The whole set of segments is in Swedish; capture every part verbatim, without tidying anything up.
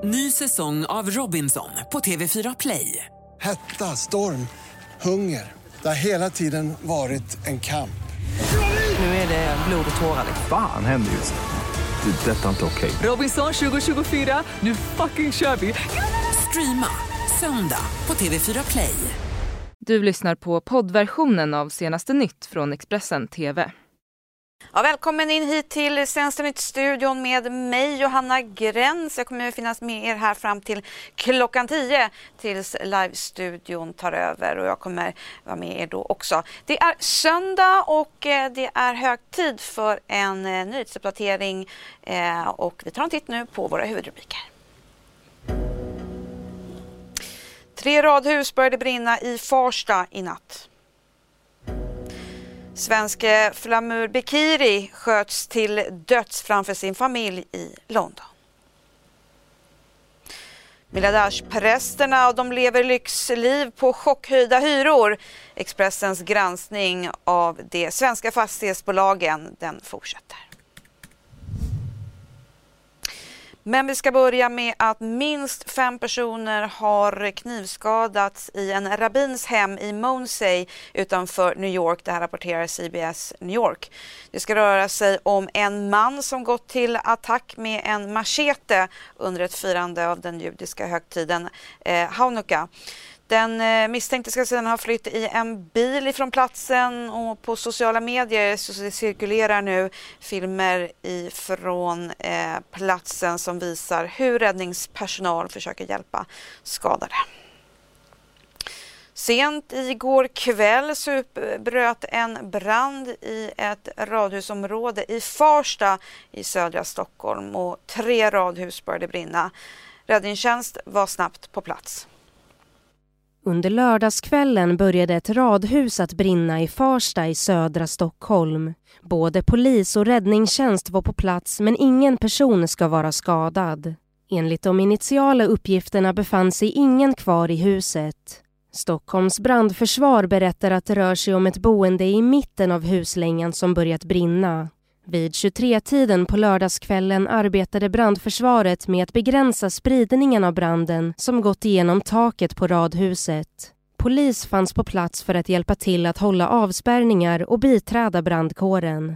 Ny säsong av Robinson på T V fyra Play. Hetta, storm, hunger. Det har hela tiden varit en kamp. Nu är det blod och tårar. Fan händer just nu. Det. Detta är inte okej. Robinson tjugo tjugofyra, nu fucking kör vi. Streama söndag på T V fyra Play. Du lyssnar på poddversionen av Senaste Nytt från Expressen T V. Ja, välkommen in hit till Senaste Nytt-studion med mig, Johanna Gräns. Jag kommer att finnas med er här fram till klockan tio tills live-studion tar över. Och jag kommer vara med er då också. Det är söndag och det är hög tid för en nyhetsuppdatering. Och vi tar en titt nu på våra huvudrubriker. Tre radhus började brinna i Farsta i natt. Svenske Flamur Bekiri sköts till döds framför sin familj i London. Miljardärsprästerna och de lever lyxliv på chockhöjda hyror. Expressens granskning av de svenska fastighetsbolagen, den fortsätter. Men vi ska börja med att minst fem personer har knivskadats i en rabbins hem i Monsey utanför New York. Det här rapporterar C B S New York. Det ska röra sig om en man som gått till attack med en machete under ett firande av den judiska högtiden eh, Hanukka. Den misstänkte ska sedan ha flytt i en bil ifrån platsen och på sociala medier så det cirkulerar nu filmer ifrån eh, platsen som visar hur räddningspersonal försöker hjälpa skadade. Sent igår kväll så utbröt en brand i ett radhusområde i Farsta i södra Stockholm och tre radhus började brinna. Räddningstjänst var snabbt på plats. Under lördagskvällen började ett radhus att brinna i Farsta i södra Stockholm. Både polis och räddningstjänst var på plats men ingen person ska vara skadad. Enligt de initiala uppgifterna befann sig ingen kvar i huset. Stockholms brandförsvar berättar att det rör sig om ett boende i mitten av huslängan som börjat brinna. Vid tjugotre-tiden på lördagskvällen arbetade brandförsvaret med att begränsa spridningen av branden som gått igenom taket på radhuset. Polis fanns på plats för att hjälpa till att hålla avspärrningar och biträda brandkåren.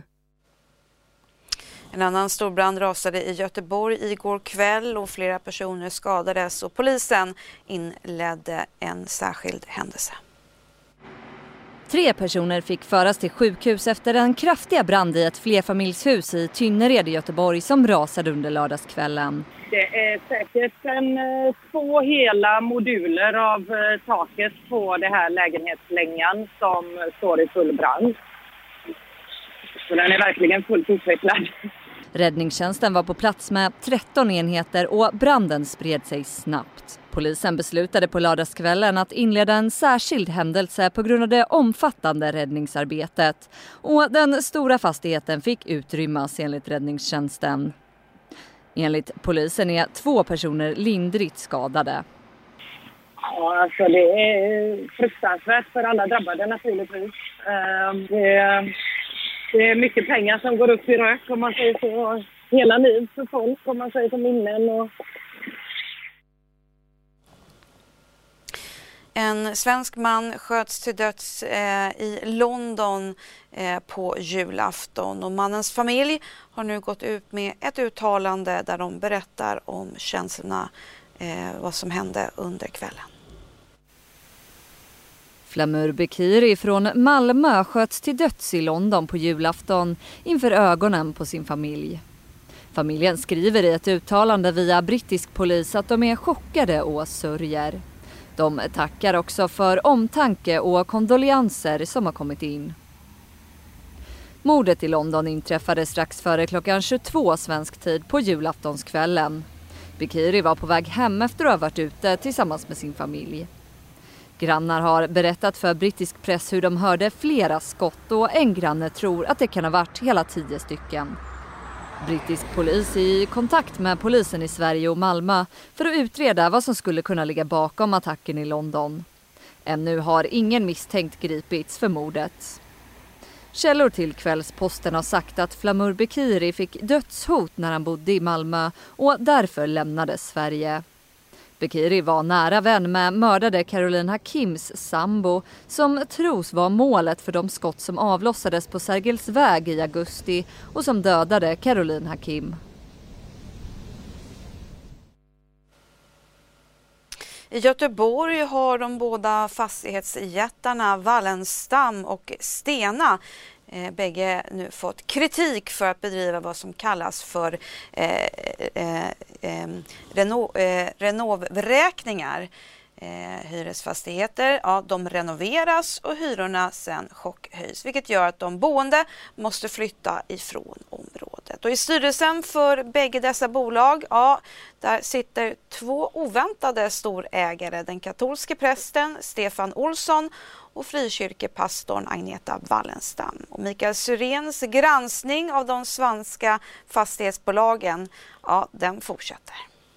En annan stor brand rasade i Göteborg igår kväll och flera personer skadades och polisen inledde en särskild händelse. Tre personer fick föras till sjukhus efter en kraftiga brand i ett flerfamiljshus i Tynnered i Göteborg som rasade under lördagskvällen. Det är säkert en, två hela moduler av taket på det här lägenhetslängan som står i full brand. Så den är verkligen fullt utvecklad. Räddningstjänsten var på plats med tretton enheter och branden spred sig snabbt. Polisen beslutade på lördagskvällen att inleda en särskild händelse på grund av det omfattande räddningsarbetet. Och den stora fastigheten fick utrymmas enligt räddningstjänsten. Enligt polisen är två personer lindrigt skadade. Ja, alltså det är fruktansvärt för alla drabbade naturligtvis. Det är, det är mycket pengar som går upp i rök om man säger så. Hela liv för folk om man säger som minnen och... En svensk man sköts till döds eh, i London eh, på julafton och mannens familj har nu gått ut med ett uttalande där de berättar om känslorna, eh, vad som hände under kvällen. Flamur Bekiri från Malmö sköts till döds i London på julafton inför ögonen på sin familj. Familjen skriver i ett uttalande via brittisk polis att de är chockade och sörjer. De tackar också för omtanke och kondolenser som har kommit in. Mordet i London inträffade strax före klockan tjugotvå svensk tid på julaftonskvällen. Bekiri var på väg hem efter att ha varit ute tillsammans med sin familj. Grannar har berättat för brittisk press hur de hörde flera skott och en granne tror att det kan ha varit hela tio stycken. Brittisk polis är i kontakt med polisen i Sverige och Malmö för att utreda vad som skulle kunna ligga bakom attacken i London. Ännu har ingen misstänkt gripits för mordet. Källor till Kvällsposten har sagt att Flamur Bekiri fick dödshot när han bodde i Malmö och därför lämnade Sverige. Bekiri var nära vän med mördade Caroline Hakims sambo som tros var målet för de skott som avlossades på Sergels väg i augusti och som dödade Caroline Hakim. I Göteborg har de båda fastighetsjättarna Wallenstam och Stena eh, bägge nu fått kritik för att bedriva vad som kallas för eh, eh, eh, reno, eh, renovräkningar. Eh, hyresfastigheter, ja, de renoveras och hyrorna sen chockhöjs, vilket gör att de boende måste flytta ifrån området. Och i styrelsen för bägge dessa bolag, ja, där sitter två oväntade storägare, den katolske prästen Stefan Olsson och frikyrkepastorn Agneta Wallenstam. Och Mikael Syrens granskning av de svenska fastighetsbolagen, ja, den fortsätter.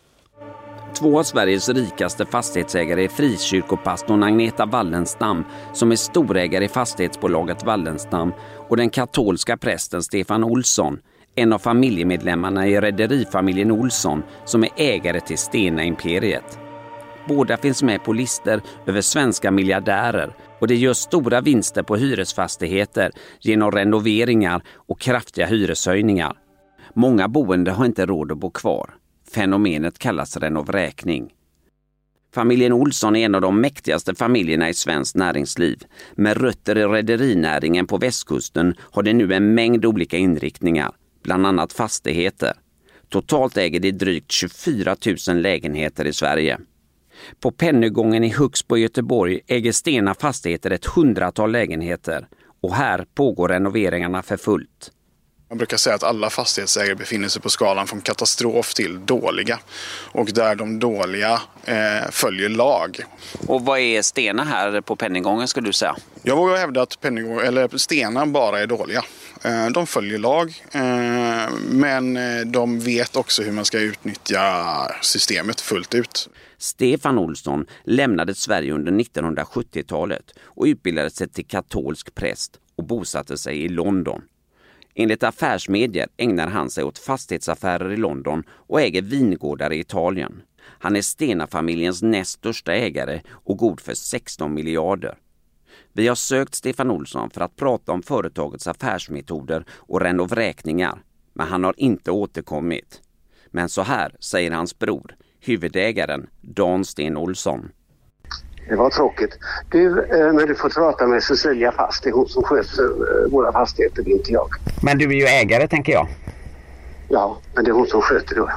Två av Sveriges rikaste fastighetsägare är frikyrkopastorn Agneta Wallenstam som är storägare i fastighetsbolaget Wallenstam och den katolska prästen Stefan Olsson, en av familjemedlemmarna i rederifamiljen Olsson som är ägare till Stena Imperiet. Båda finns med på lister över svenska miljardärer och det gör stora vinster på hyresfastigheter genom renoveringar och kraftiga hyreshöjningar. Många boende har inte råd att bo kvar. Fenomenet kallas renovräkning. Familjen Olsson är en av de mäktigaste familjerna i svenskt näringsliv. Med rötter i rederinäringen på västkusten har det nu en mängd olika inriktningar, bland annat fastigheter. Totalt äger det drygt tjugofyra tusen lägenheter i Sverige. På Pennygången i Högsbo i Göteborg äger Stena fastigheter ett hundratal lägenheter och här pågår renoveringarna för fullt. Man brukar säga att alla fastighetsägare befinner sig på skalan från katastrof till dåliga. Och där de dåliga eh, följer lag. Och vad är Stena här på Pennygången skulle du säga? Jag vågar hävda att Pennygången, eller Stena bara är dåliga. Eh, de följer lag eh, men de vet också hur man ska utnyttja systemet fullt ut. Stefan Olsson lämnade Sverige under nittonhundrasjuttiotalet och utbildade sig till katolsk präst och bosatte sig i London. Enligt affärsmedier ägnar han sig åt fastighetsaffärer i London och äger vingårdar i Italien. Han är Stena-familjens näst största ägare och god för sexton miljarder. Vi har sökt Stefan Olsson för att prata om företagets affärsmetoder och renovräkningar, men han har inte återkommit. Men så här säger hans bror, huvudägaren Dan Sten Olsson. Det var tråkigt. Du, när du får prata med Cecilia Fast, det är hon som sköter våra fastigheter, det är inte jag. Men du är ju ägare, tänker jag. Ja, men det är hon som sköter det.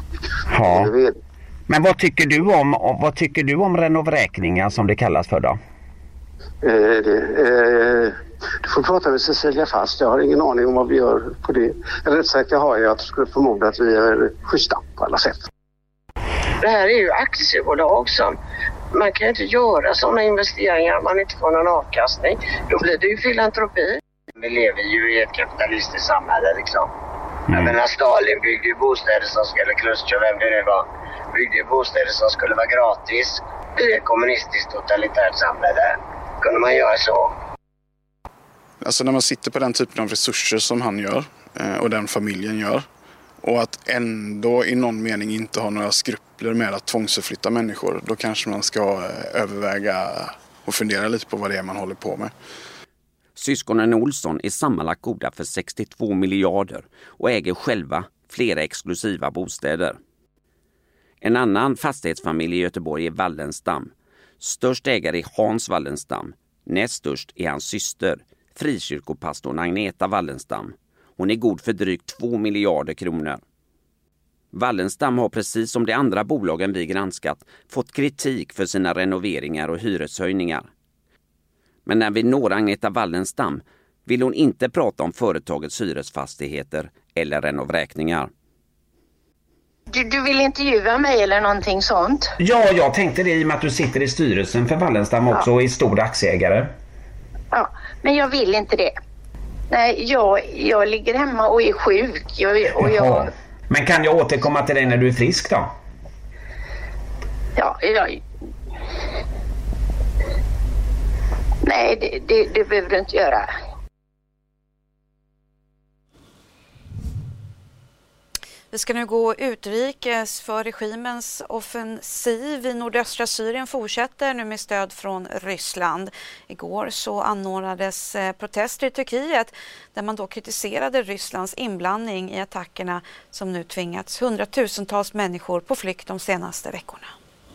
Ja. Men vad tycker du om vad tycker du om renovräkningar som det kallas för då? Eh, det, eh, du får prata med Cecilia Fast. Jag har ingen aning om vad vi gör på det. Eller rätt sagt, jag har ju att skulle förmoda att vi är schyssta på alla sätt. Det här är ju aktiebolag som man kan inte göra sådana investeringar om man inte får någon avkastning. Då blir det ju filantropi. Vi lever ju i ett kapitalistiskt samhälle liksom. Mm. Jag menar, Stalin byggde ju bostäder som skulle, Khrushchev, vem det nu var, byggde ju bostäder som skulle vara gratis. I ett kommunistiskt totalitärt samhälle kunde man göra så. Alltså när man sitter på den typen av resurser som han gör och den familjen gör, och att ändå i någon mening inte ha några skrupler med att tvångsförflytta människor, då kanske man ska överväga och fundera lite på vad det är man håller på med. Syskonen Olsson är sammanlagt goda för sextiotvå miljarder och äger själva flera exklusiva bostäder. En annan fastighetsfamilj i Göteborg är Wallenstam. Störst ägare är Hans Wallenstam. Näst störst är hans syster, frikyrkopastorn Agneta Wallenstam. Hon är god för drygt två miljarder kronor. Wallenstam har precis som de andra bolagen vi granskat fått kritik för sina renoveringar och hyreshöjningar. Men när vi når Agneta Wallenstam vill hon inte prata om företagets hyresfastigheter eller renovräkningar. Du, du vill intervjua mig eller någonting sånt? Ja, jag tänkte det i och med att du sitter i styrelsen för Wallenstam också, ja, och är stor aktieägare. Ja, men jag vill inte det. Nej, jag, jag ligger hemma och är sjuk. Jag, och jag... Men kan jag återkomma till dig när du är frisk då? Ja, jag... Nej, det, det, det behöver du inte göra. Vi ska nu gå utrikes för regimens offensiv i nordöstra Syrien fortsätter nu med stöd från Ryssland. Igår så anordnades protester i Turkiet där man då kritiserade Rysslands inblandning i attackerna som nu tvingats hundratusentals människor på flykt de senaste veckorna.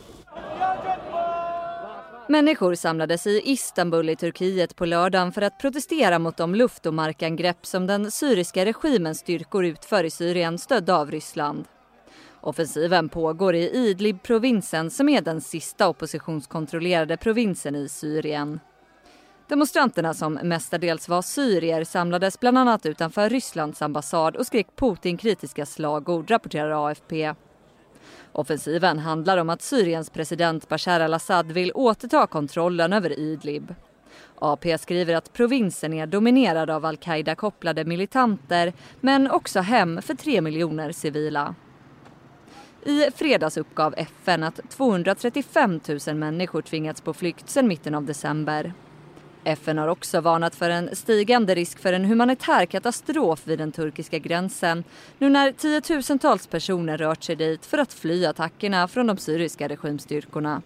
Människor samlades i Istanbul i Turkiet på lördagen för att protestera mot de luft- och markangrepp som den syriska regimens styrkor utför i Syrien stödda av Ryssland. Offensiven pågår i Idlib-provinsen som är den sista oppositionskontrollerade provinsen i Syrien. Demonstranterna som mestadels var syrier samlades bland annat utanför Rysslands ambassad och skrek Putin-kritiska slagord, rapporterar A F P. Offensiven handlar om att Syriens president Bashar al-Assad vill återta kontrollen över Idlib. A P skriver att provinsen är dominerad av al-Qaida-kopplade militanter men också hem för tre miljoner civila. I fredags uppgav F N att tvåhundratrettiofem tusen människor tvingats på flykt sedan mitten av december. F N har också varnat för en stigande risk för en humanitär katastrof vid den turkiska gränsen nu när tiotusentals personer rört sig dit för att fly attackerna från de syriska regimstyrkorna.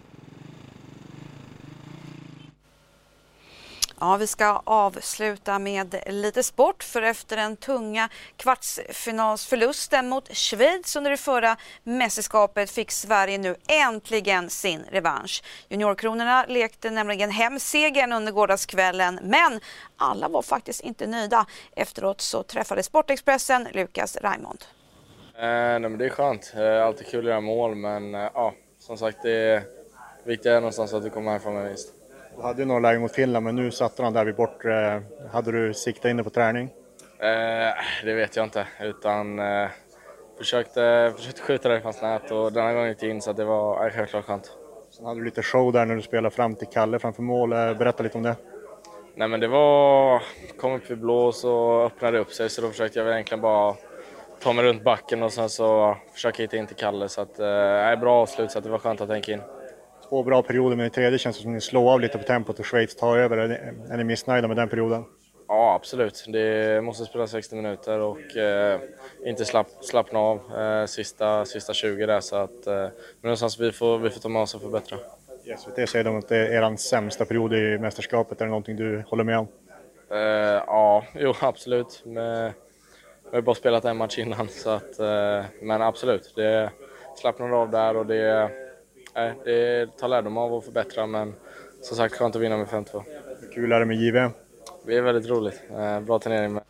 Ja, vi ska avsluta med lite sport för efter den tunga kvartsfinalsförlusten mot Schweiz under det förra mästerskapet fick Sverige nu äntligen sin revansch. Juniorkronorna lekte nämligen hem segern under gårdagskvällen, men alla var faktiskt inte nöjda. Efteråt så träffade Sportexpressen Lukas Raimond. Eh, nej, men det är skönt, eh, alltid kul att göra mål, men eh, ja, som sagt det är viktigt någonstans att du kommer härifrån med vinst. Du hade ju några läge mot Finland, men nu satt han där vid bort. Hade du siktat inne på träning? Eh, det vet jag inte, utan eh, försökte, försökte skjuta där i fast nät och den här gången gick in så att det var eh, självklart skönt. Sen hade du lite show där när du spelade fram till Kalle framför mål. Berätta lite om det. Nej, men det var, kom upp i blås och öppnade upp sig, så då försökte jag väl egentligen bara ta mig runt backen och sen så försöka hitta in till Kalle. Så att, eh, bra avslut, så att det var skönt att tänka in. Två bra perioder, men i tredje känns det som att ni slår av lite på tempot och Schweiz tar över. Är ni missnöjda med den perioden? Ja, absolut. Det måste spela sextio minuter och eh, inte slapp, slappna av eh, sista, sista tjugo där. Så att, eh, men någonstans vi får, vi får ta med oss och förbättra. S V T säger de att det är er sämsta period i mästerskapet. Är det någonting du håller med om? Eh, ja, jo, absolut. Men, vi har bara spelat en match innan. Så att, eh, men absolut, det slappnar av där och det... Nej, det tar lärdom av att förbättra, men som sagt skönt att vinna med fem två. Hur kul är det med J V M? Det är väldigt roligt. Bra turnering med.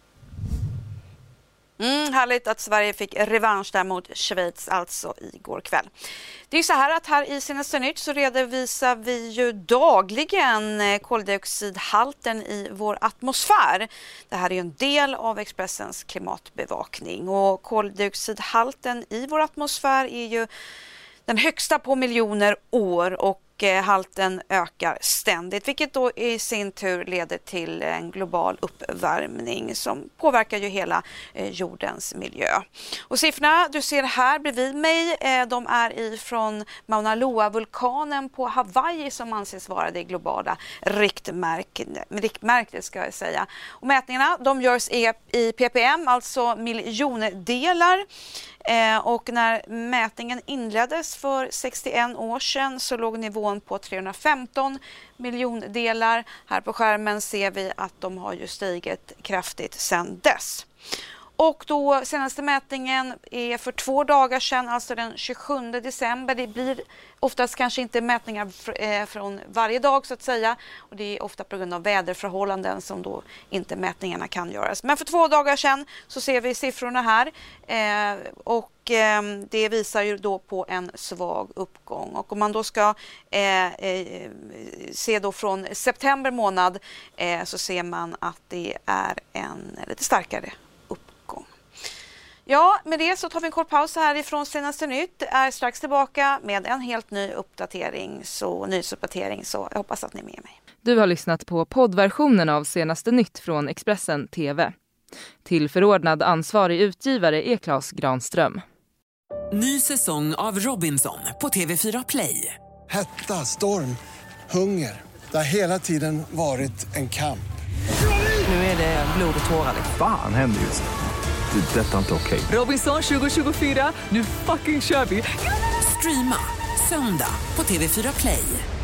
Mm, härligt att Sverige fick revansch där mot Schweiz alltså igår kväll. Det är så här att här i Senaste Nytt så redovisar vi ju dagligen koldioxidhalten i vår atmosfär. Det här är ju en del av Expressens klimatbevakning och koldioxidhalten i vår atmosfär är ju den högsta på miljoner år och halten ökar ständigt, vilket då i sin tur leder till en global uppvärmning som påverkar ju hela jordens miljö. Och siffrorna du ser här bredvid mig, de är ifrån Mauna Loa-vulkanen på Hawaii som anses vara det globala riktmärket, ska jag säga. Och mätningarna de görs i ppm, alltså miljondelar. Och när mätningen inleddes för sextioen år sedan så låg nivån på trehundrafemton miljondelar. Här på skärmen ser vi att de har ju stigit kraftigt sedan dess. Och då senaste mätningen är för två dagar sedan, alltså den tjugosjunde december. Det blir oftast kanske inte mätningar från varje dag så att säga. Och det är ofta på grund av väderförhållanden som då inte mätningarna kan göras. Men för två dagar sedan så ser vi siffrorna här. Eh, och eh, det visar ju då på en svag uppgång. Och om man då ska eh, eh, se då från september månad eh, så ser man att det är en lite starkare. Ja, med det så tar vi en kort paus här ifrån Senaste Nytt. Är strax tillbaka med en helt ny uppdatering, så nyhetsuppdatering, så jag hoppas att ni är med mig. Du har lyssnat på poddversionen av Senaste Nytt från Expressen T V. Till förordnad ansvarig utgivare är Claes Granström. Ny säsong av Robinson på T V fyra Play. Hetta, storm, hunger. Det har hela tiden varit en kamp. Nu är det blod och tårar. Fan händer just det. Det. Detta är inte okej. Robinson tjugo tjugofyra, nu fucking kör vi! Streama söndag på T V fyra Play.